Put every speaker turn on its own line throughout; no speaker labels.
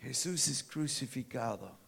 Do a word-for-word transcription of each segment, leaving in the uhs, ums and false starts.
Jesús es crucificado.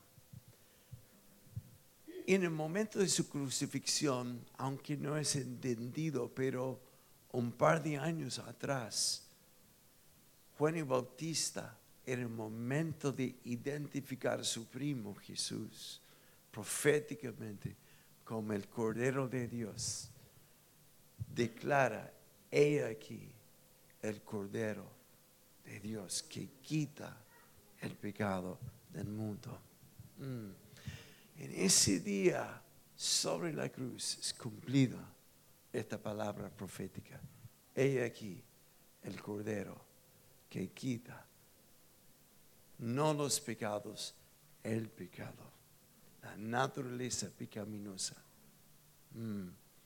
En el momento de su crucifixión, aunque no es entendido, pero un par de años atrás, Juan el Bautista, en el momento de identificar a su primo Jesús, proféticamente, como el Cordero de Dios, declara: he aquí el Cordero de Dios que quita el pecado del mundo. Mm. En ese día, sobre la cruz, es cumplida esta palabra profética. He aquí el Cordero que quita no los pecados, el pecado, la naturaleza pecaminosa. Mm.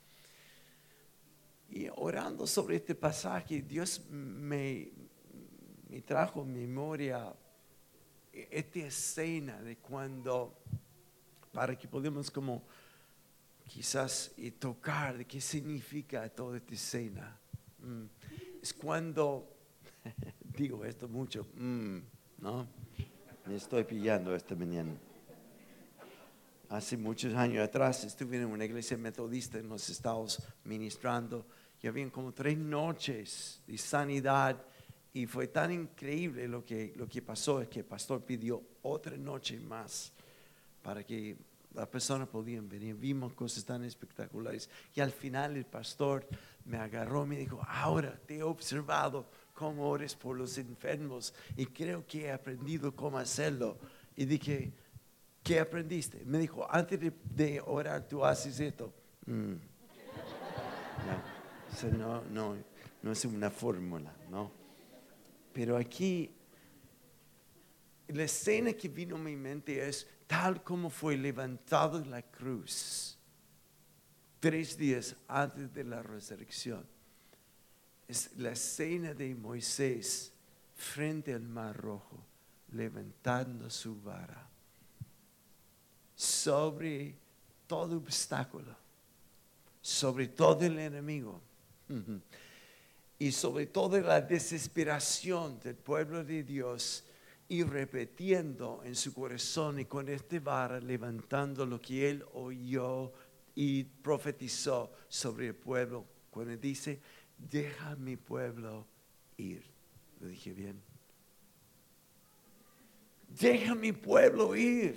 Y orando sobre este pasaje, Dios me, me trajo en memoria esta escena de cuando, para que podamos como quizás y tocar de qué significa toda esta escena. Mm. Es cuando, digo esto mucho, mm, ¿no? Me estoy pillando esta mañana. Hace muchos años atrás estuve en una iglesia metodista en los Estados ministrando y habían como tres noches de sanidad y fue tan increíble lo que, lo que pasó, es que el pastor pidió otra noche más para que las personas podían venir. Vimos cosas tan espectaculares y al final el pastor me agarró y me dijo: ahora te he observado cómo ores por los enfermos y creo que he aprendido cómo hacerlo. Y dije: ¿qué aprendiste? Me dijo: antes de, de orar tú haces esto. Mm. No, eso no, no, no es una fórmula, ¿no? Pero aquí la escena que vino a mi mente es tal como fue levantado en la cruz tres días antes de la resurrección. Es la escena de Moisés frente al Mar Rojo, levantando su vara sobre todo obstáculo, sobre todo el enemigo y sobre toda la desesperación del pueblo de Dios, y repitiendo en su corazón y con este vara levantando lo que él oyó y profetizó sobre el pueblo cuando dice: deja a mi pueblo ir. Lo dije bien. Deja a mi pueblo ir.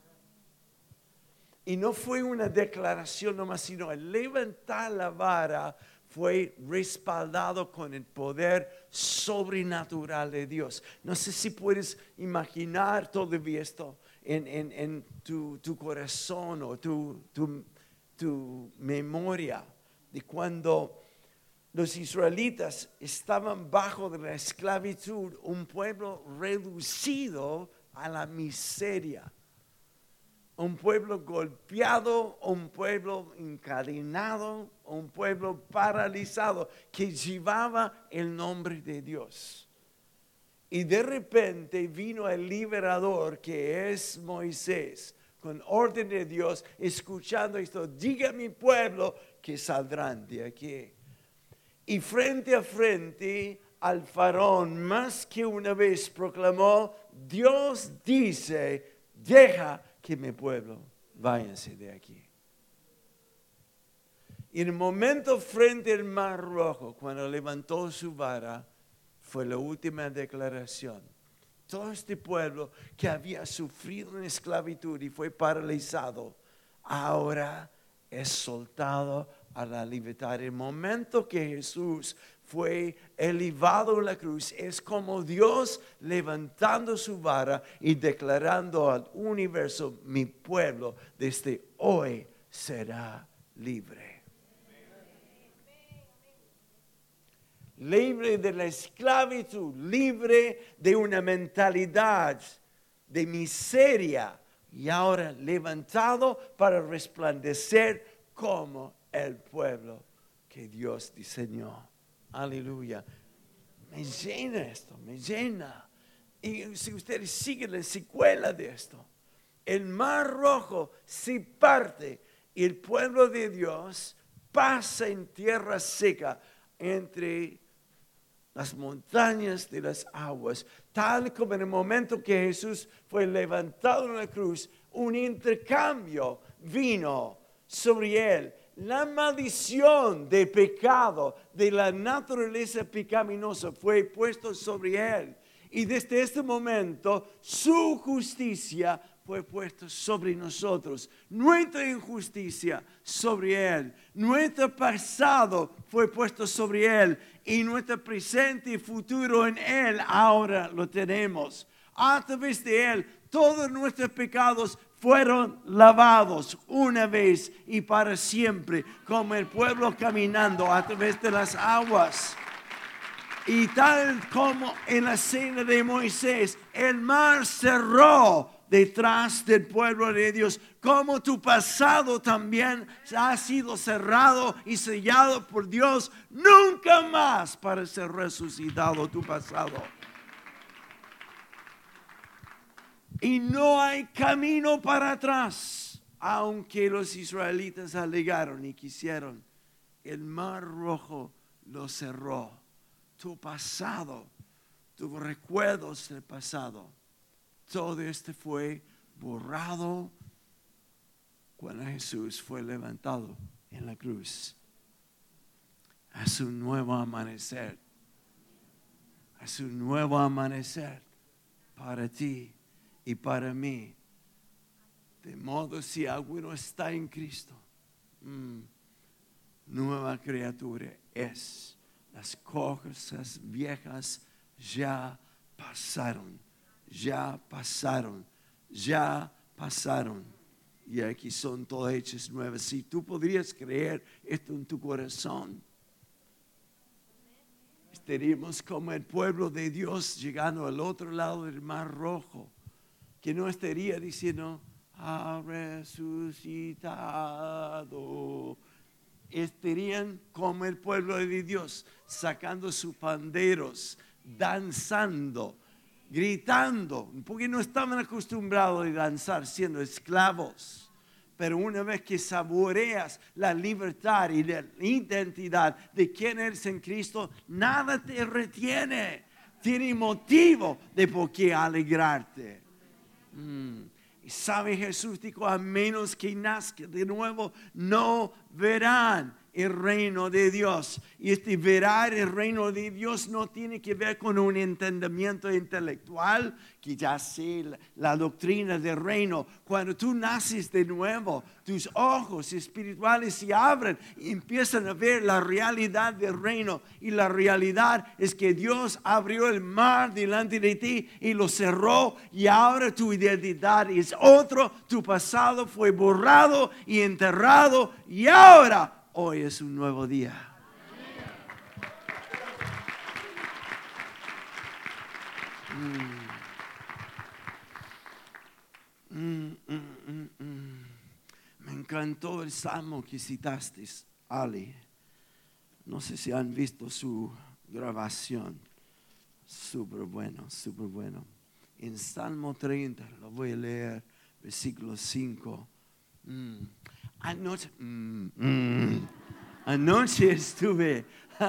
Y no fue una declaración nomás, sino el levantar la vara fue respaldado con el poder sobrenatural de Dios. No sé si puedes imaginar todavía esto en, en, en tu, tu corazón o tu, tu, tu memoria de cuando los israelitas estaban bajo de la esclavitud, un pueblo reducido a la miseria. Un pueblo golpeado, un pueblo encadenado, un pueblo paralizado que llevaba el nombre de Dios. Y de repente vino el liberador que es Moisés, con orden de Dios, escuchando esto: diga a mi pueblo que saldrán de aquí. Y frente a frente al faraón, más que una vez proclamó: Dios dice, deja que mi pueblo váyanse de aquí. Y en el momento frente al Mar Rojo, cuando levantó su vara, fue la última declaración. Todo este pueblo que había sufrido en esclavitud y fue paralizado, ahora es soltado a la libertad. El momento que Jesús fue elevado en la cruz, es como Dios levantando su vara y declarando al universo: mi pueblo desde hoy será libre. Libre de la esclavitud, libre de una mentalidad de miseria, y ahora levantado para resplandecer como el pueblo que Dios diseñó. Aleluya. Me llena esto, me llena. Y si ustedes siguen la secuela de esto, el Mar Rojo se parte y el pueblo de Dios pasa en tierra seca entre las montañas de las aguas, tal como en el momento que Jesús fue levantado en la cruz, un intercambio vino sobre él. La maldición de pecado, de la naturaleza pecaminosa, fue puesto sobre él. Y desde este momento, su justicia fue puesta sobre nosotros. Nuestra injusticia sobre él. Nuestro pasado fue puesto sobre él. Y nuestro presente y futuro en él ahora lo tenemos. A través de él, todos nuestros pecados fueron lavados una vez y para siempre, como el pueblo caminando a través de las aguas. Y tal como en la cena de Moisés, el mar cerró detrás del pueblo de Dios, como tu pasado también ha sido cerrado y sellado por Dios, nunca más para ser resucitado tu pasado. Y no hay camino para atrás, aunque los israelitas alegaron y quisieron. El mar rojo lo cerró. Tu pasado, tus recuerdos del pasado, todo esto fue borrado cuando Jesús fue levantado en la cruz. Es un nuevo amanecer. Es un nuevo amanecer para ti y para mí. De modo si alguno está en Cristo, mmm, nueva criatura es. Las cosas viejas ya pasaron, ya pasaron, ya pasaron. Y aquí son todas hechas nuevas. Si tú podrías creer esto en tu corazón, estaríamos como el pueblo de Dios llegando al otro lado del Mar Rojo, que no estaría diciendo, ha resucitado. Estarían como el pueblo de Dios, sacando sus panderos, danzando, gritando, porque no estaban acostumbrados a danzar siendo esclavos. Pero una vez que saboreas la libertad y la identidad de quién eres en Cristo, nada te retiene. Tiene motivo de por qué alegrarte. Mm. Y sabe, Jesús dijo, a menos que nazca de nuevo, no verán el reino de Dios. Y este ver el reino de Dios no tiene que ver con un entendimiento intelectual, que ya sé la, la doctrina del reino. Cuando tú naces de nuevo, tus ojos espirituales se abren y empiezan a ver la realidad del reino. Y la realidad es que Dios abrió el mar delante de ti y lo cerró. Y ahora tu identidad es otro. Tu pasado fue borrado y enterrado. Y ahora hoy es un nuevo día. Mm. Mm, mm, mm, mm. Me encantó el salmo que citaste, Ali. No sé si han visto su grabación. Súper bueno, súper bueno. En Salmo treinta, lo voy a leer, versículo cinco. Mm. Anoche, mm, mm, anoche estuve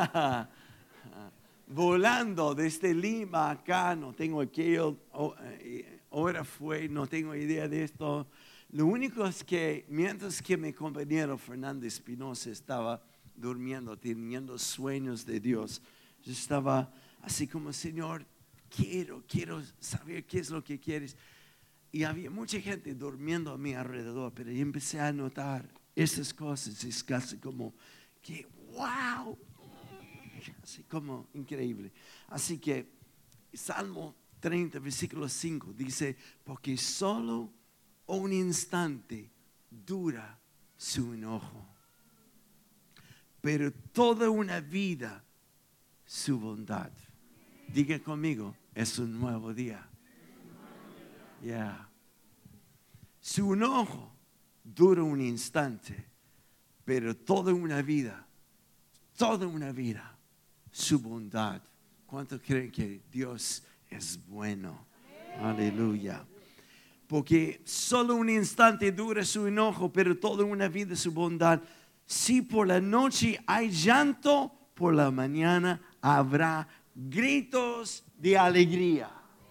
volando desde Lima acá, no tengo aquello, hora fue, no tengo idea de esto. Lo único es que mientras que mi compañero Fernando Espinosa estaba durmiendo, teniendo sueños de Dios, yo estaba así como, Señor, quiero, quiero saber qué es lo que quieres. Y había mucha gente durmiendo a mi alrededor, pero yo empecé a notar esas cosas. Es casi como que, wow, así como increíble. Así que Salmo treinta, versículo cinco dice, porque solo un instante dura su enojo, pero toda una vida su bondad. Diga conmigo, es un nuevo día. Yeah. Su enojo dura un instante, pero toda una vida, toda una vida, su bondad. ¿Cuántos creen que Dios es bueno? Aleluya. Porque solo un instante dura su enojo, pero toda una vida su bondad. Si por la noche hay llanto, por la mañana habrá gritos de alegría.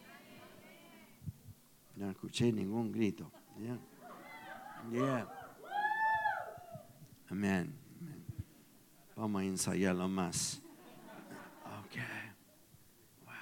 No escuché ningún grito. Yeah. Yeah. Amén. Amén. Vamos a ensayarlo más. Ok. Wow.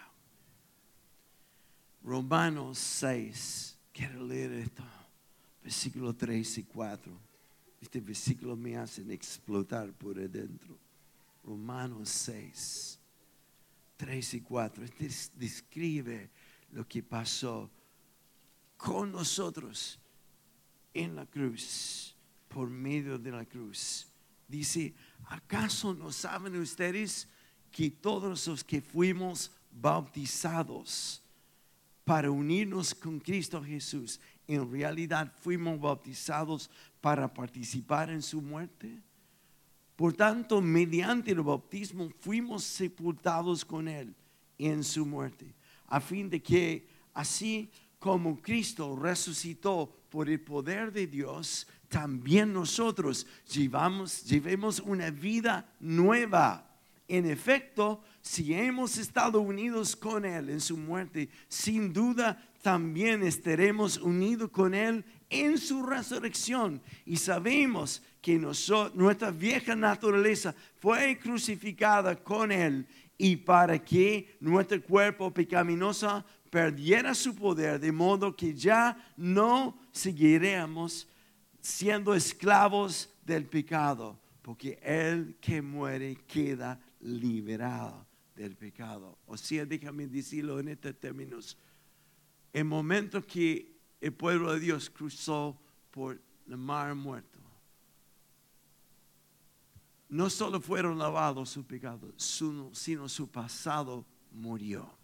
Romanos seis. Quiero leer esto. Versículos tres y cuatro. Este versículo me hace explotar por adentro. Romanos seis. tres y cuatro. Este describe lo que pasó con nosotros en la cruz, por medio de la cruz. Dice, ¿acaso no saben ustedes que todos los que fuimos bautizados para unirnos con Cristo Jesús, en realidad fuimos bautizados para participar en su muerte? Por tanto, mediante el bautismo fuimos sepultados con Él en su muerte, a fin de que así como Cristo resucitó por el poder de Dios, también nosotros llevamos, llevemos una vida nueva. En efecto, si hemos estado unidos con Él en su muerte, sin duda también estaremos unidos con Él en su resurrección. Y sabemos que nosotros, nuestra vieja naturaleza fue crucificada con Él, y para que nuestro cuerpo pecaminoso perdiera su poder, de modo que ya no seguiremos siendo esclavos del pecado, porque el que muere queda liberado del pecado. O sea, déjame decirlo en estos términos. El momento que el pueblo de Dios cruzó por el mar muerto, no solo fueron lavados sus pecados, sino su pasado murió.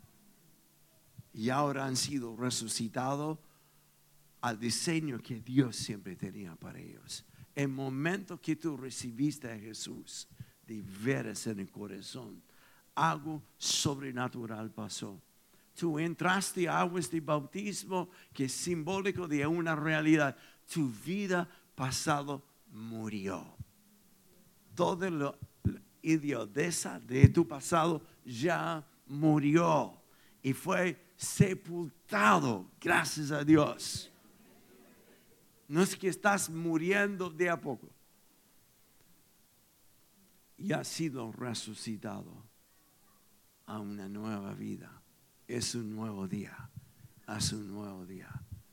Y ahora han sido resucitados al diseño que Dios siempre tenía para ellos. El momento que tú recibiste a Jesús, de veras en el corazón, algo sobrenatural pasó. Tú entraste a aguas de bautismo, que es simbólico de una realidad. Tu vida pasado murió. Todo lo idioteza de tu pasado ya murió y fue sepultado, gracias a Dios. No es que estás muriendo de a poco. Y has sido resucitado a una nueva vida. Es un nuevo día. Es un nuevo día.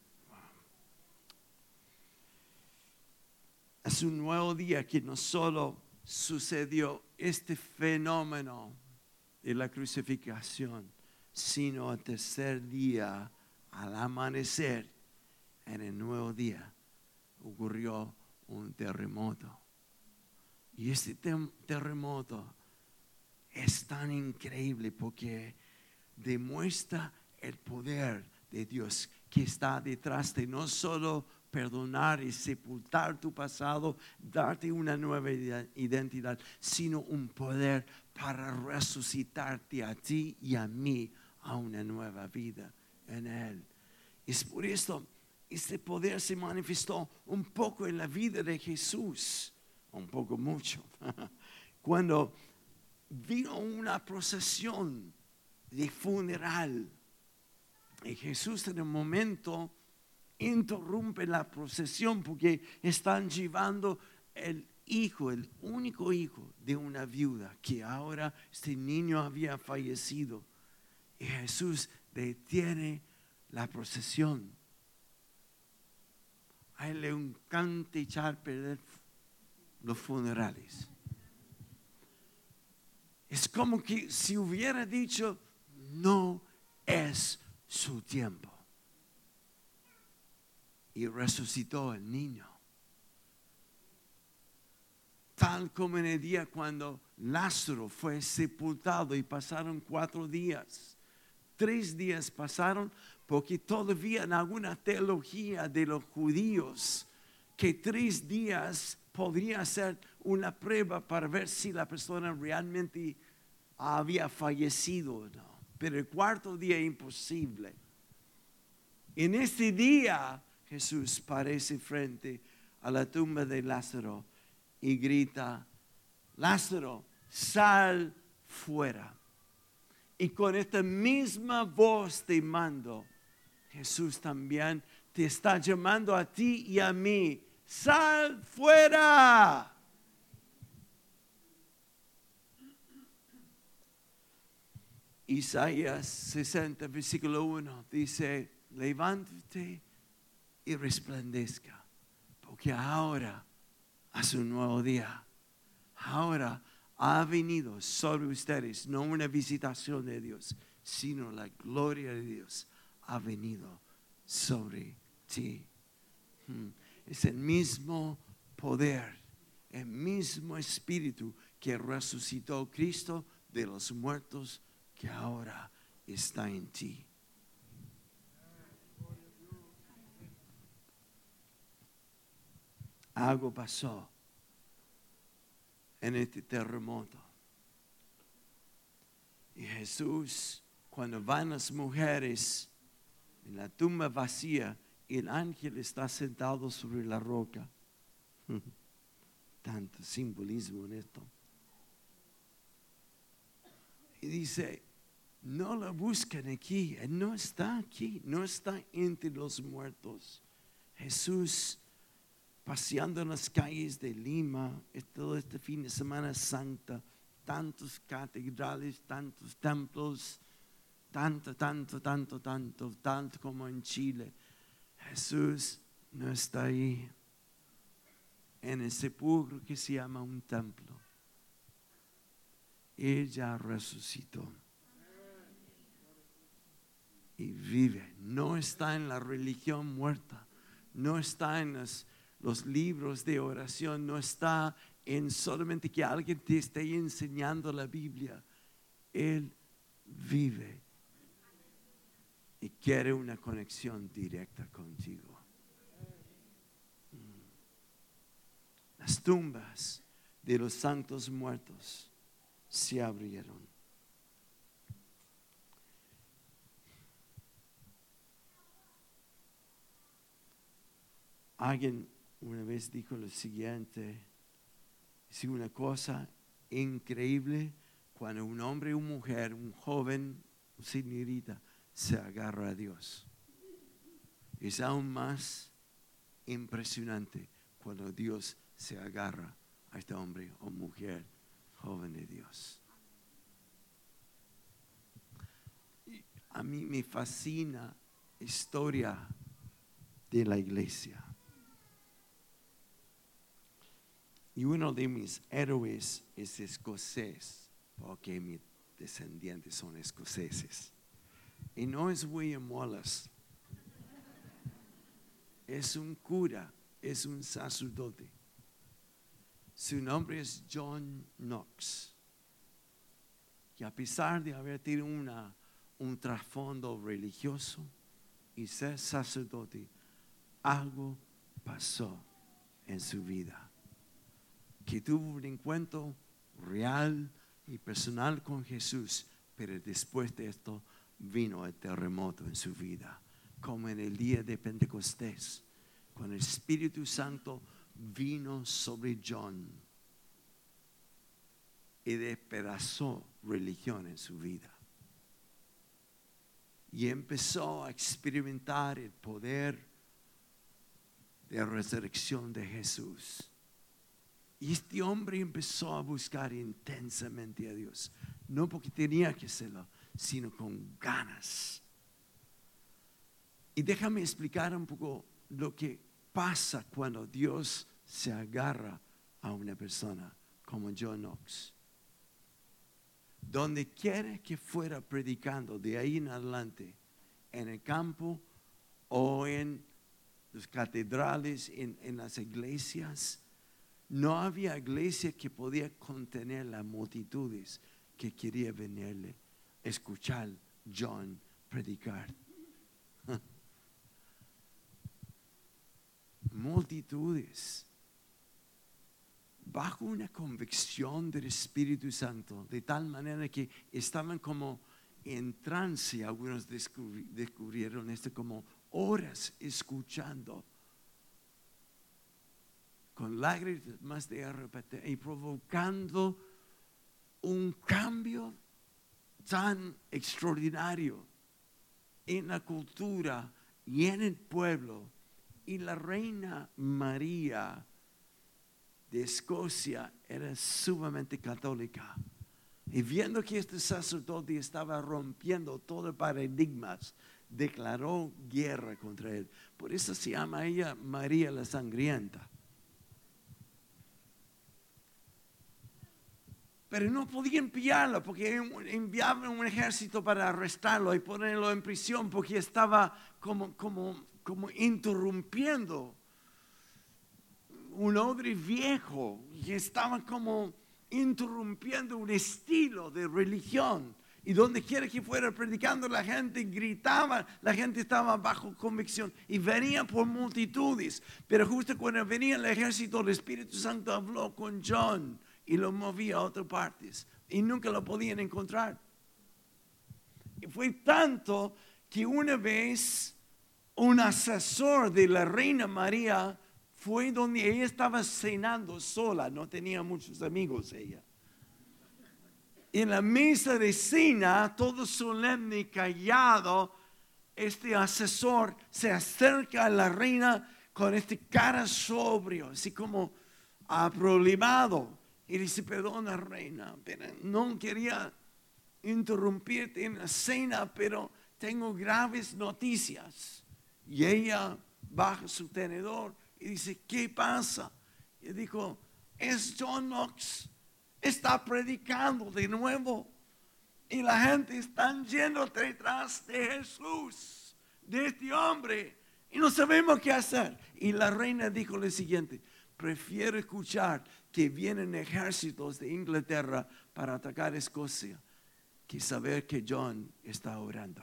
Es un nuevo día que no solo sucedió este fenómeno de la crucifixión, sino al tercer día, al amanecer, en el nuevo día, ocurrió un terremoto. Y este terremoto es tan increíble porque demuestra el poder de Dios que está detrás de no solo perdonar y sepultar tu pasado, darte una nueva identidad, sino un poder para resucitarte a ti y a mí a una nueva vida en Él. Es por esto, este poder se manifestó un poco en la vida de Jesús, un poco mucho, cuando vino una procesión de funeral. Y Jesús en el momento interrumpe la procesión porque están llevando el hijo, el único hijo de una viuda, que ahora este niño había fallecido. Y Jesús detiene la procesión. A él le encanta echar a perder los funerales. Es como que si hubiera dicho, no es su tiempo. Y resucitó el niño. Tal como en el día cuando Lázaro fue sepultado y pasaron cuatro días. Tres días pasaron porque todavía en alguna teología de los judíos que tres días podría ser una prueba para ver si la persona realmente había fallecido o no. Pero el cuarto día es imposible. En este día Jesús parece frente a la tumba de Lázaro y grita, Lázaro, sal fuera. Y con esta misma voz te mando. Jesús también te está llamando a ti y a mí. ¡Sal fuera! Isaías sesenta, versículo uno, dice, levántate y resplandezca, porque ahora hace un nuevo día. Ahora ha venido sobre ustedes, no una visitación de Dios, sino la gloria de Dios ha venido sobre ti. Es el mismo poder, el mismo espíritu que resucitó Cristo de los muertos, que ahora está en ti. Algo pasó en este terremoto. Y Jesús, cuando van las mujeres en la tumba vacía, el ángel está sentado sobre la roca. Tanto simbolismo en esto. Y dice, no la busquen aquí, Él no está aquí, no está entre los muertos. Jesús paseando en las calles de Lima, todo este fin de Semana Santa, tantos catedrales, tantos templos, tanto, tanto, tanto, tanto, tanto como en Chile. Jesús no está ahí, en el sepulcro que se llama un templo. Él ya resucitó. Y vive, no está en la religión muerta, no está en los, los libros de oración, no está en solamente que alguien te esté enseñando la Biblia. Él vive y quiere una conexión directa contigo. Las tumbas de los santos muertos se abrieron. Alguien una vez dijo lo siguiente, es una cosa increíble cuando un hombre o mujer, un joven, una señorita, se agarra a Dios. Es aún más impresionante cuando Dios se agarra a este hombre o mujer, joven de Dios. Y a mí me fascina la historia de la iglesia. Y uno de mis héroes es escocés, porque mis descendientes son escoceses. Y no es William Wallace. Es un cura, es un sacerdote. Su nombre es John Knox. Y a pesar de haber tenido una, un trasfondo religioso y ser sacerdote, algo pasó en su vida. Que tuvo un encuentro real y personal con Jesús, pero después de esto vino el terremoto en su vida, como en el día de Pentecostés, cuando el Espíritu Santo vino sobre John y despedazó religión en su vida. Y empezó a experimentar el poder de la resurrección de Jesús. Y este hombre empezó a buscar intensamente a Dios. No porque tenía que hacerlo, sino con ganas. Y déjame explicar un poco lo que pasa cuando Dios se agarra a una persona como John Knox. Donde quiera que fuera predicando de ahí en adelante, en el campo o en las catedrales, en, en las iglesias, no había iglesia que podía contener las multitudes que quería venirle, escuchar John predicar. Multitudes. Bajo una convicción del Espíritu Santo, de tal manera que estaban como en trance. Algunos descubri- descubrieron esto como horas escuchando, con lágrimas de arrepentimiento y provocando un cambio tan extraordinario en la cultura y en el pueblo. Y la reina María de Escocia era sumamente católica. Y viendo que este sacerdote estaba rompiendo todos los paradigmas, declaró guerra contra él. Por eso se llama ella María la Sangrienta. Pero no podían pillarlo porque enviaban un ejército para arrestarlo y ponerlo en prisión porque estaba como, como, como interrumpiendo un odre viejo y estaba como interrumpiendo un estilo de religión. Y donde quiera que fuera predicando, la gente gritaba, la gente estaba bajo convicción y venía por multitudes. Pero justo cuando venía el ejército, el Espíritu Santo habló con John y lo movía a otras partes. Y nunca lo podían encontrar. Y fue tanto que una vez un asesor de la reina María fue donde ella estaba cenando sola, no tenía muchos amigos ella. En la mesa de cena, todo solemne y callado, este asesor se acerca a la reina con este cara sobrio, así como problemado. Y dice, perdona reina, pero no quería interrumpirte en la cena, pero tengo graves noticias. Y ella baja su tenedor y dice, ¿qué pasa? Y dijo, es John Knox, está predicando de nuevo. Y la gente está yendo detrás de Jesús, de este hombre. Y no sabemos qué hacer. Y la reina dijo lo siguiente, prefiero escuchar que vienen ejércitos de Inglaterra para atacar Escocia que saber que John está orando.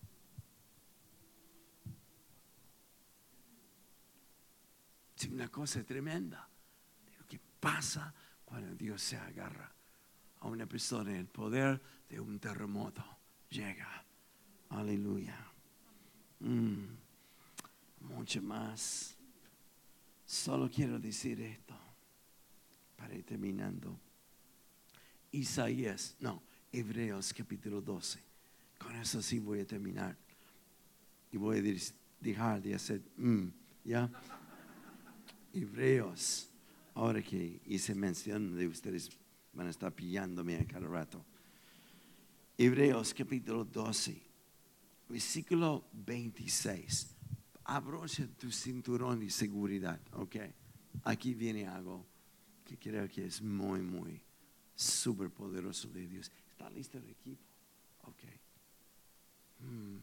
Es una cosa tremenda. Lo que pasa cuando Dios se agarra a una persona, el poder de un terremoto llega. Aleluya. Mm, mucho más. Solo quiero decir esto para ir terminando. Isaías, no, Hebreos capítulo doce. Con eso sí voy a terminar. Y voy a dejar de hacer, mm, ¿ya? Hebreos, ahora que hice mención de ustedes, van a estar pillándome a cada rato. Hebreos capítulo doce, versículo veintiséis. Abrocha tu cinturón de seguridad, ¿ok? Aquí viene algo que creo que es muy, muy súper poderoso de Dios. ¿Está listo el equipo? Ok. Hmm.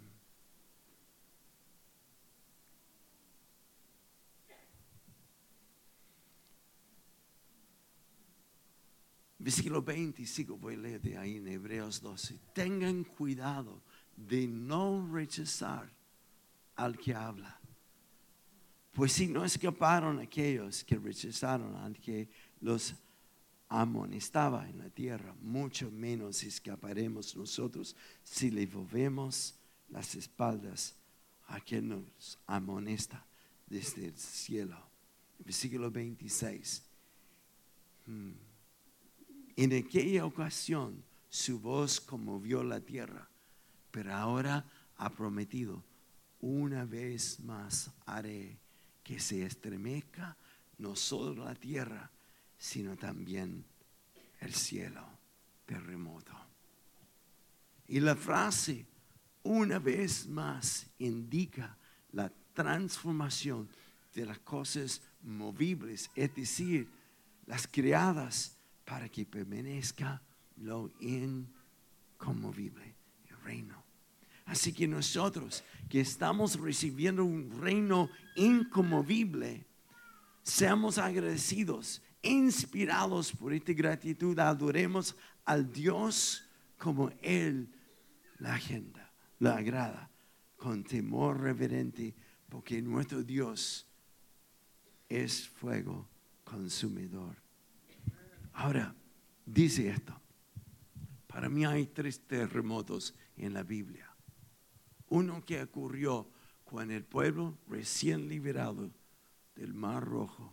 Versículo veinticinco, voy a leer de ahí en Hebreos doce. Tengan cuidado de no rechazar al que habla. Pues si no escaparon aquellos que rechazaron al que los amonestaba en la tierra, mucho menos escaparemos nosotros si le volvemos las espaldas a quien nos amonesta desde el cielo. Versículo veintiséis. Hmm. En aquella ocasión su voz conmovió la tierra, pero ahora ha prometido, una vez más haré que se estremezca no solo la tierra, sino también el cielo, terremoto. Y la frase, una vez más, indica la transformación de las cosas movibles, es decir, las creadas para que permanezca lo inconmovible, el reino. Así que nosotros que estamos recibiendo un reino inconmovible, seamos agradecidos, inspirados por esta gratitud, adoremos al Dios como Él la agenda, la agrada, con temor reverente, porque nuestro Dios es fuego consumidor. Ahora, dice esto, para mí hay tres terremotos en la Biblia. Uno que ocurrió cuando el pueblo recién liberado del Mar Rojo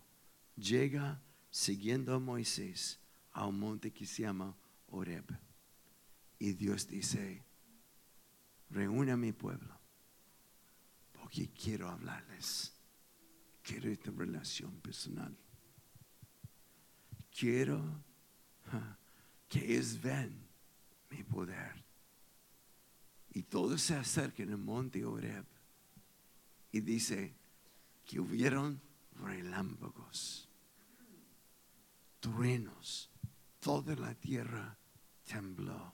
llega siguiendo a Moisés a un monte que se llama Horeb. Y Dios dice, reúne a mi pueblo, porque quiero hablarles. Quiero esta relación personal. Quiero ja, que ellos vean mi poder. Y todos se acercan al monte Horeb. Y dice que hubieron relámpagos, truenos, toda la tierra tembló.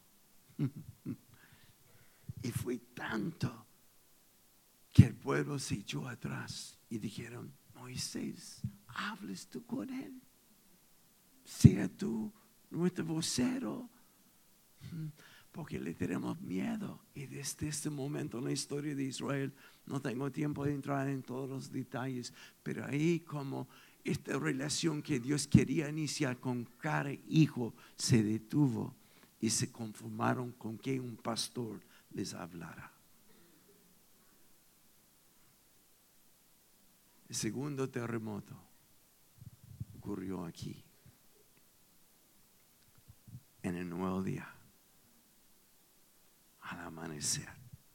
Y fue tanto que el pueblo se echó atrás y dijeron, Moisés, hables tú con él, sea tú nuestro vocero, porque le tenemos miedo. Y desde este momento en la historia de Israel, no tengo tiempo de entrar en todos los detalles, pero ahí como esta relación que Dios quería iniciar con cada hijo se detuvo y se conformaron con que un pastor les hablara. El segundo terremoto ocurrió aquí, en el nuevo día, al amanecer.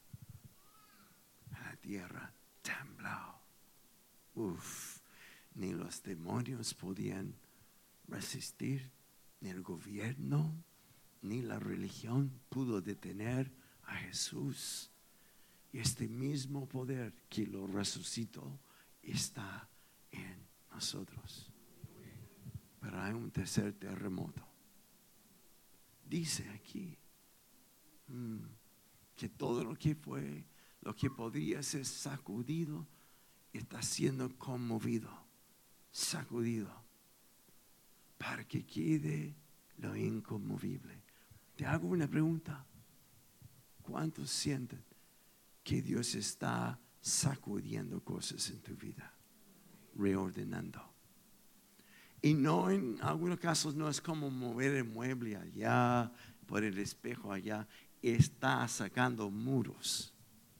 La tierra tembló. Uf, ni los demonios podían resistir, ni el gobierno, ni la religión pudo detener a Jesús. Y este mismo poder que lo resucitó está en nosotros. Pero hay un tercer terremoto. Dice aquí mmm, que todo lo que fue, lo que podría ser sacudido, está siendo conmovido, sacudido, para que quede lo inconmovible. Te hago una pregunta. ¿Cuántos sienten que Dios está sacudiendo cosas en tu vida, reordenando? Y no, en algunos casos no es como mover el mueble allá, por el espejo allá, está sacando muros.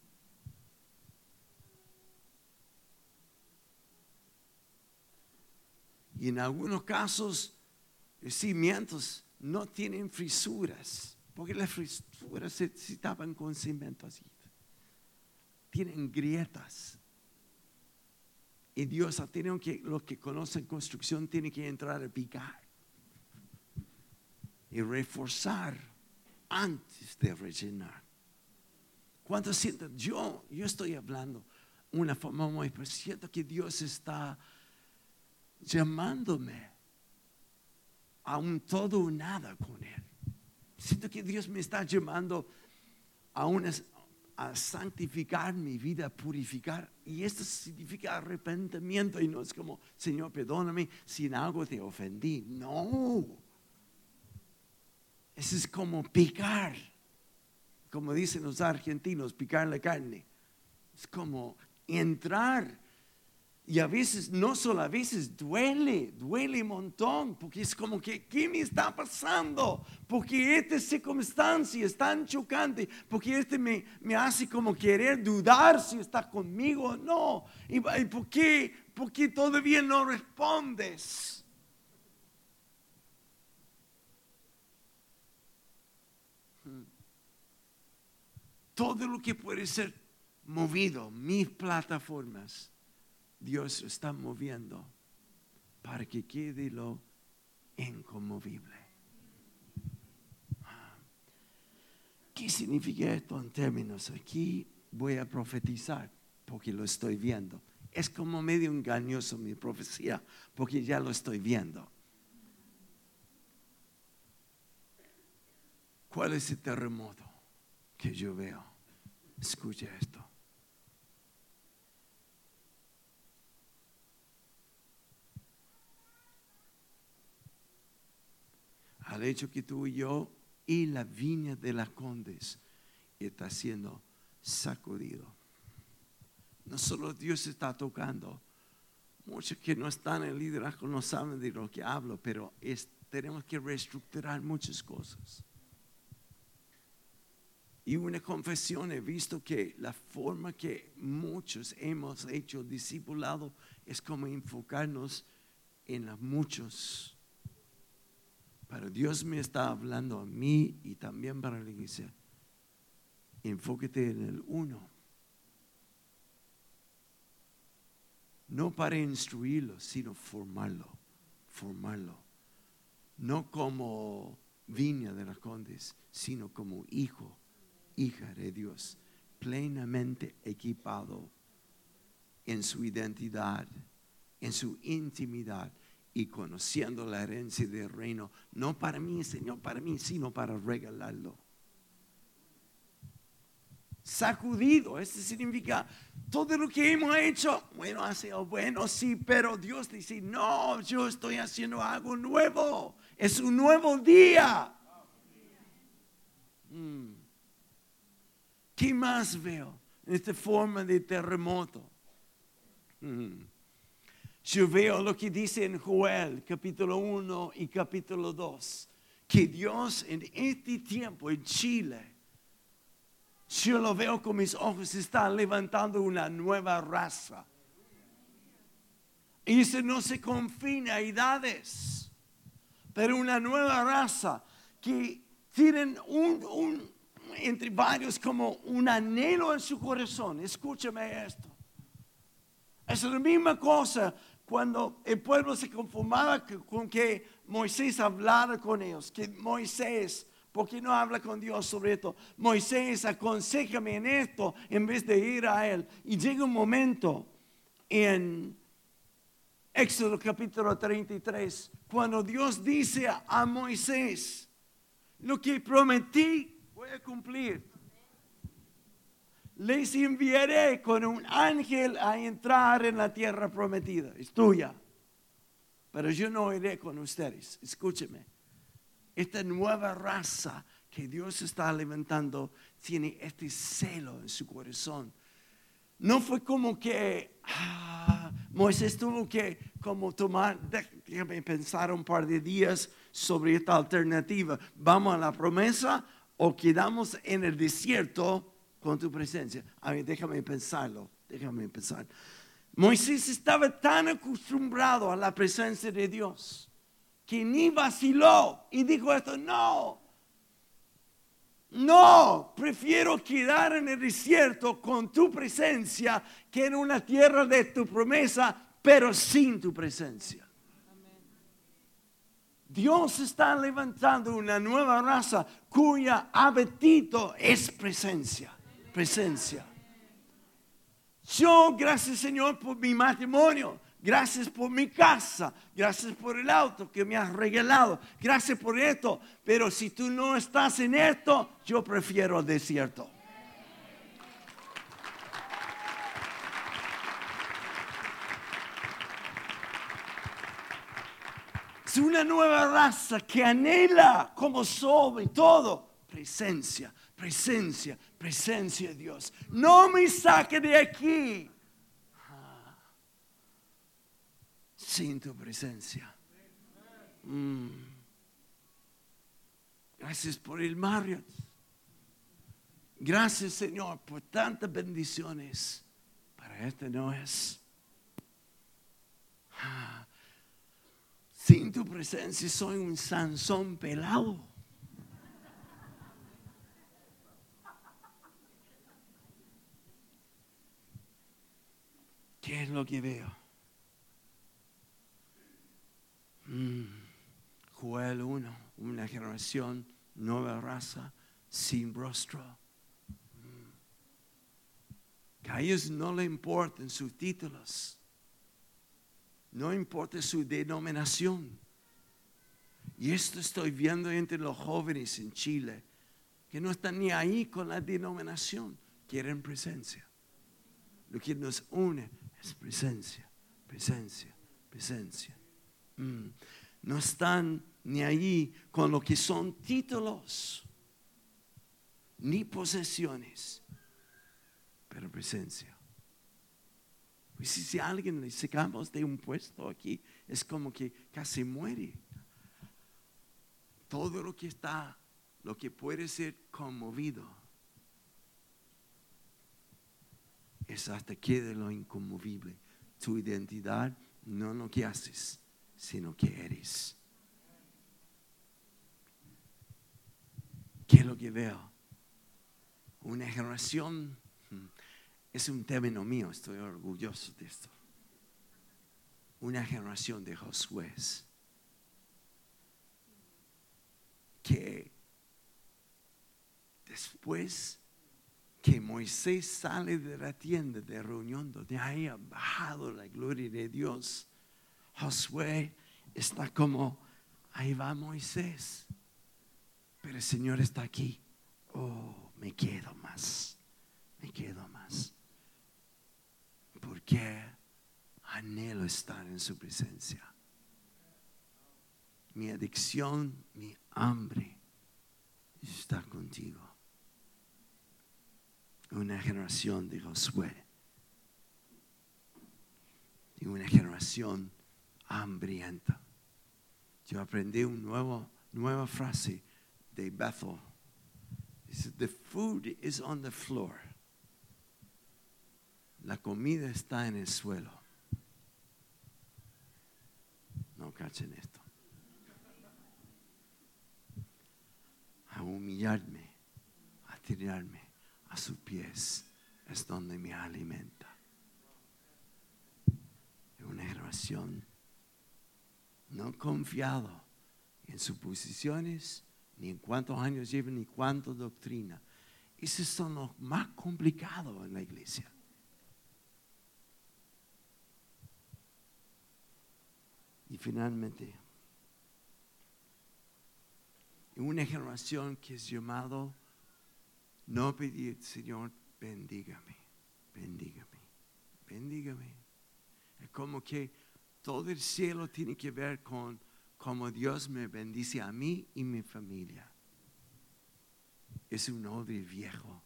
Y en algunos casos, los cimientos no tienen frisuras, porque las frisuras se, se tapan con cemento así. Tienen grietas. Y Dios ha tenido que, los que conocen construcción, tienen que entrar a picar y reforzar antes de rellenar. ¿Cuántos sienten? Yo, yo estoy hablando una forma muy, pero siento que Dios está llamándome a un todo o nada con Él. Siento que Dios me está llamando a una, a santificar mi vida, a purificar. Y esto significa arrepentimiento. Y no es como, Señor, perdóname si en algo te ofendí. No. Eso es como picar. Como dicen los argentinos, picar la carne. Es como entrar. Y a veces, no solo a veces, duele, duele un montón, porque es como que, ¿qué me está pasando? Porque esta circunstancia es tan chocante, porque este me, me hace como querer dudar si está conmigo o no. ¿Y, y por qué? Porque todavía no respondes. Todo lo que puede ser movido, mis plataformas, Dios está moviendo para que quede lo inconmovible. ¿Qué significa esto en términos? Aquí voy a profetizar porque lo estoy viendo. Es como medio engañoso mi profecía porque ya lo estoy viendo. ¿Cuál es el terremoto que yo veo? Escucha esto. Al hecho que tú y yo y la viña de las Condes está siendo sacudido. No solo Dios está tocando, muchos que no están en el liderazgo no saben de lo que hablo, pero es, tenemos que reestructurar muchas cosas. Y una confesión, he visto que la forma que muchos hemos hecho discipulado es como enfocarnos en los muchos Pero Dios me está hablando a mí y también para la iglesia. Enfócate en el uno. No para instruirlo, sino formarlo. Formarlo. No como viña de las condes, sino como hijo, hija de Dios, plenamente equipado en su identidad, en su intimidad y conociendo la herencia del reino, no para mí, Señor, para mí, sino para regalarlo. Sacudido, esto significa todo lo que hemos hecho, bueno, ha sido bueno, sí, pero Dios dice, no, yo estoy haciendo algo nuevo, es un nuevo día. Mm. ¿Qué más veo en esta forma de terremoto? Mm. Yo veo lo que dice en Joel, capítulo uno y capítulo dos, que Dios en este tiempo en Chile, yo lo veo con mis ojos, está levantando una nueva raza. Y eso no se confina a edades, pero una nueva raza que tienen un, un, entre varios como un anhelo en su corazón. Escúchame esto. Es la misma cosa cuando el pueblo se conformaba con que Moisés hablara con ellos, que Moisés... ¿Por qué no habla con Dios sobre esto? Moisés, aconséjame en esto en vez de ir a él. Y llega un momento en Éxodo capítulo treinta y tres, cuando Dios dice a Moisés, lo que prometí voy a cumplir. Les enviaré con un ángel a entrar en la tierra prometida. Es tuya. Pero yo no iré con ustedes. Escúcheme. Esta nueva raza que Dios está levantando tiene este celo en su corazón. No fue como que ah, Moisés tuvo que como tomar, déjame pensar un par de días sobre esta alternativa. ¿Vamos a la promesa o quedamos en el desierto con tu presencia? A ver, déjame pensarlo, déjame pensar. Moisés estaba tan acostumbrado a la presencia de Dios que ni vaciló y dijo esto, no, no, prefiero quedar en el desierto con tu presencia que en una tierra de tu promesa, pero sin tu presencia. Amén. Dios está levantando una nueva raza cuya apetito es presencia, presencia. Yo, gracias Señor por mi matrimonio. Gracias por mi casa, gracias por el auto que me has regalado, gracias por esto. Pero si tú no estás en esto, yo prefiero el desierto. Es una nueva raza que anhela como sobre todo presencia, presencia, presencia de Dios. No me saque de aquí sin tu presencia. Mm. Gracias por el Marriott. Gracias, Señor, por tantas bendiciones. Para este no es. Ah. Sin tu presencia soy un Sansón pelado. ¿Qué es lo que veo? Mm, Joel uno, una generación, nueva raza, sin rostro. Mm. Que a ellos no le importan sus títulos, no importa su denominación. Y esto estoy viendo entre los jóvenes en Chile, que no están ni ahí con la denominación, quieren presencia. Lo que nos une es presencia, presencia, presencia. Mm. No están ni allí con lo que son títulos, ni posesiones, pero presencia. Pues si, si a alguien le sacamos de un puesto aquí, es como que casi muere. Todo lo que está, lo que puede ser conmovido, es hasta que de lo inconmovible. Tu identidad, no lo que haces, sino que eres. ¿Qué es lo que veo? Una generación, es un término mío, estoy orgulloso de esto. Una generación de Josué que después que Moisés sale de la tienda de reunión donde haya bajado la gloria de Dios, Josué está como, ahí va Moisés, pero el Señor está aquí. Oh, me quedo más, me quedo más, porque anhelo estar en su presencia. Mi adicción, mi hambre está contigo. Una generación de Josué y una generación hambrienta. Yo aprendí una nuevo, nueva frase de Bethel. Dice, the food is on the floor. La comida está en el suelo. No cachen esto. A humillarme, a tirarme a sus pies es donde me alimenta. Es una generación no confiado en sus posiciones, ni en cuántos años llevan, ni cuánta doctrina. Esos son los más complicados en la iglesia. Y finalmente, una generación que es llamado no pedir, Señor, bendígame, bendígame, bendígame. Es como que todo el cielo tiene que ver con cómo Dios me bendice a mí y mi familia. Es un odre viejo.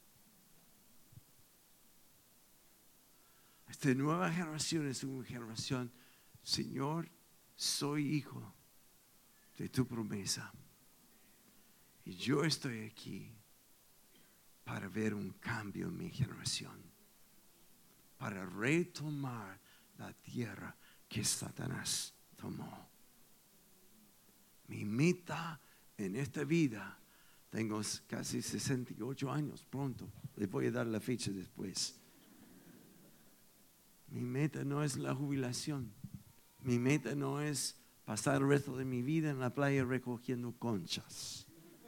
Esta nueva generación es una generación, Señor, soy hijo de tu promesa. Y yo estoy aquí para ver un cambio en mi generación, para retomar la tierra que Satanás tomó. Mi meta en esta vida, tengo casi sesenta y ocho años pronto, les voy a dar la fecha después. Mi meta no es la jubilación, mi meta no es pasar el resto de mi vida en la playa recogiendo conchas.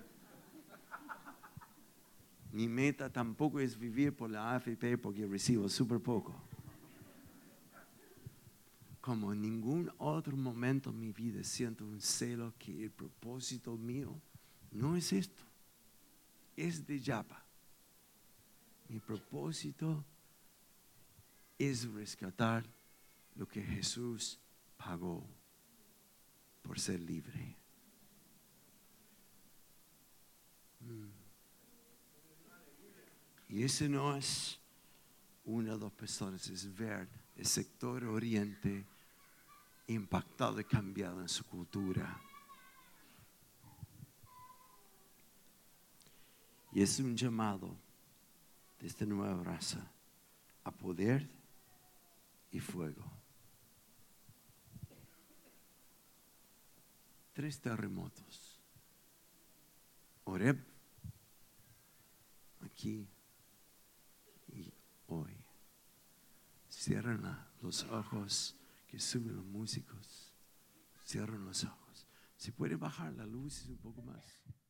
Mi meta tampoco es vivir por la A F P porque recibo súper poco. Como en ningún otro momento en mi vida siento un celo que el propósito mío no es esto, es de Yapa. Mi propósito es rescatar lo que Jesús pagó por ser libre. Mm. Y ese no es una o dos personas, es ver el sector oriente impactado y cambiado en su cultura. Y es un llamado de esta nueva raza a poder y fuego. Tres terremotos. Horeb, aquí y hoy. Cierran la, los ojos, que suben los músicos. Cierran los ojos. ¿Se puede bajar la luz un poco más?